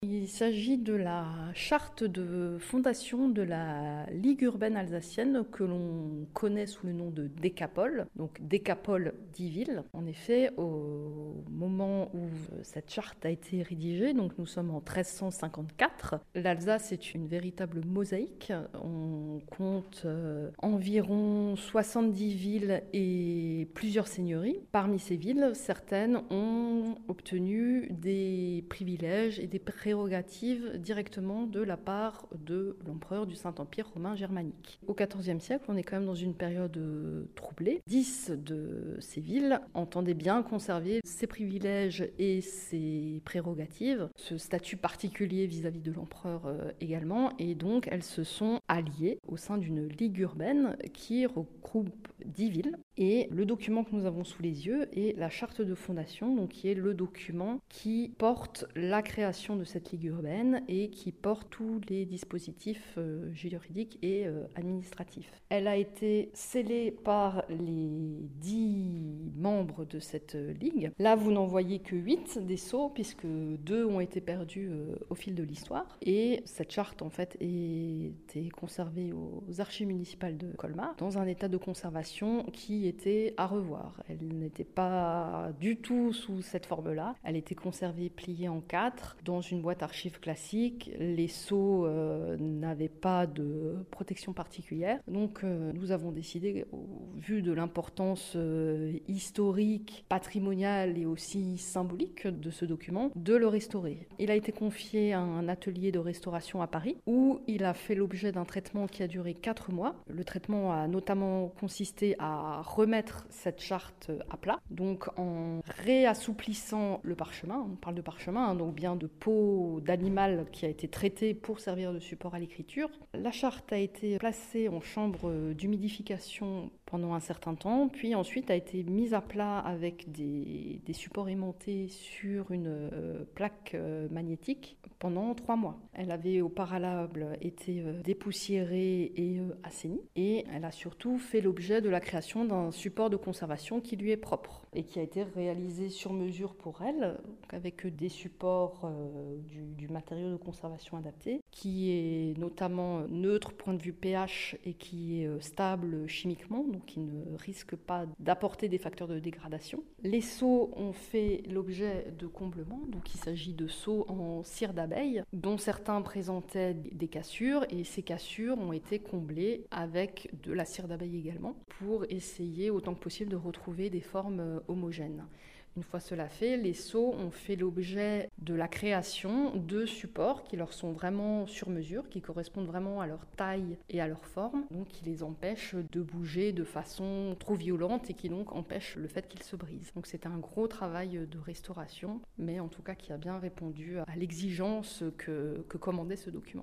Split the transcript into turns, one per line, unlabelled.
Il s'agit de la charte de fondation de la Ligue urbaine alsacienne que l'on connaît sous le nom de Décapole, donc Décapole 10 villes. En effet, au moment où cette charte a été rédigée, donc nous sommes en 1354, l'Alsace est une véritable mosaïque. On compte environ 70 villes et plusieurs seigneuries. Parmi ces villes, certaines ont obtenu des privilèges et des prérogatives directement de la part de l'empereur du Saint-Empire romain germanique. Au XIVe siècle, on est quand même dans une période troublée. 10 de ces villes entendaient bien conserver ces privilèges et ces prérogatives, ce statut particulier vis-à-vis de l'empereur également, et donc elles se sont alliées au sein d'une ligue urbaine qui regroupe 10 villes. Et le document que nous avons sous les yeux est la charte de fondation, donc qui est le document qui porte la création de cette ligue urbaine et qui porte tous les dispositifs juridiques et administratifs. Elle a été scellée par les 10 membres de cette ligue. Là, vous n'en voyez que 8 des sceaux, puisque 2 ont été perdus au fil de l'histoire. Et cette charte, en fait, était conservée aux archives municipales de Colmar, dans un état de conservation qui était à revoir. Elle n'était pas du tout sous cette forme-là. Elle était conservée pliée en 4 dans une boîte archive classique. Les sceaux n'avaient pas de protection particulière. Donc nous avons décidé, au vu de l'importance historique, patrimoniale et aussi symbolique de ce document, de le restaurer. Il a été confié à un atelier de restauration à Paris où il a fait l'objet d'un traitement qui a duré 4 mois. Le traitement a notamment consisté à remettre cette charte à plat, donc en réassouplissant le parchemin. On parle de parchemin, donc bien de peau d'animal qui a été traité pour servir de support à l'écriture. La charte a été placée en chambre d'humidification pendant un certain temps, puis ensuite a été mise à plat avec des supports aimantés sur une plaque magnétique pendant 3 mois. Elle avait au préalable été dépoussiérée et assainie, et elle a surtout fait l'objet de la création d'un support de conservation qui lui est propre et qui a été réalisé sur mesure pour elle, avec des supports du matériau de conservation adapté, qui est notamment neutre point de vue pH et qui est stable chimiquement, donc qui ne risque pas d'apporter des facteurs de dégradation. Les seaux ont fait l'objet de comblements, donc il s'agit de seaux en cire d'abeille, dont certains présentaient des cassures, et ces cassures ont été comblées avec de la cire d'abeille également, pour essayer autant que possible de retrouver des formes homogènes. Une fois cela fait, les seaux ont fait l'objet de la création de supports qui leur sont vraiment sur mesure, qui correspondent vraiment à leur taille et à leur forme, donc qui les empêchent de bouger de façon trop violente et qui donc empêchent le fait qu'ils se brisent. Donc c'est un gros travail de restauration, mais en tout cas qui a bien répondu à l'exigence que commandait ce document.